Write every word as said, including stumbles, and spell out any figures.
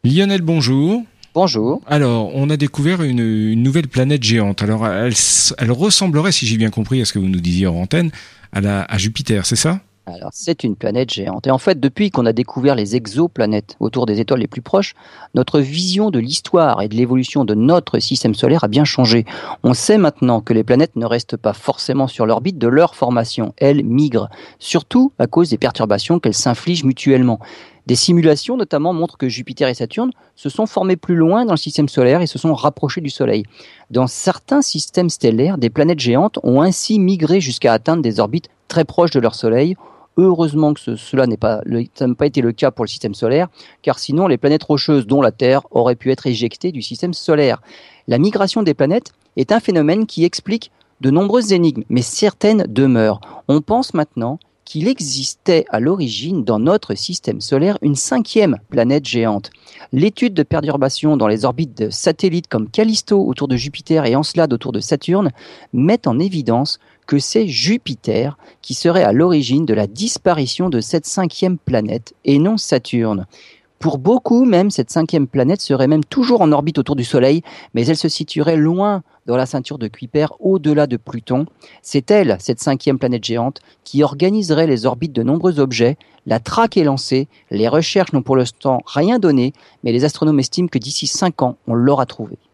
Lionel, bonjour. Bonjour. Alors, on a découvert une, une nouvelle planète géante. Alors, elle, elle ressemblerait, si j'ai bien compris à ce que vous nous disiez en antenne, à, la, à Jupiter, c'est ça? Alors, c'est une planète géante. Et en fait, depuis qu'on a découvert les exoplanètes autour des étoiles les plus proches, notre vision de l'histoire et de l'évolution de notre système solaire a bien changé. On sait maintenant que les planètes ne restent pas forcément sur l'orbite de leur formation. Elles migrent, surtout à cause des perturbations qu'elles s'infligent mutuellement. Des simulations notamment montrent que Jupiter et Saturne se sont formés plus loin dans le système solaire et se sont rapprochés du Soleil. Dans certains systèmes stellaires, des planètes géantes ont ainsi migré jusqu'à atteindre des orbites très proches de leur Soleil. Heureusement que ce, cela n'est pas, le, ça n'a pas été le cas pour le système solaire, car sinon les planètes rocheuses, dont la Terre, auraient pu être éjectées du système solaire. La migration des planètes est un phénomène qui explique de nombreuses énigmes, mais certaines demeurent. On pense maintenant qu'il existait à l'origine dans notre système solaire une cinquième planète géante. L'étude de perturbations dans les orbites de satellites comme Callisto autour de Jupiter et Encelade autour de Saturne met en évidence que c'est Jupiter qui serait à l'origine de la disparition de cette cinquième planète et non Saturne. Pour beaucoup, même, cette cinquième planète serait même toujours en orbite autour du Soleil, mais elle se situerait loin dans la ceinture de Kuiper, au-delà de Pluton. C'est elle, cette cinquième planète géante, qui organiserait les orbites de nombreux objets. La traque est lancée, les recherches n'ont pour l'instant rien donné, mais les astronomes estiment que d'ici cinq ans, on l'aura trouvée.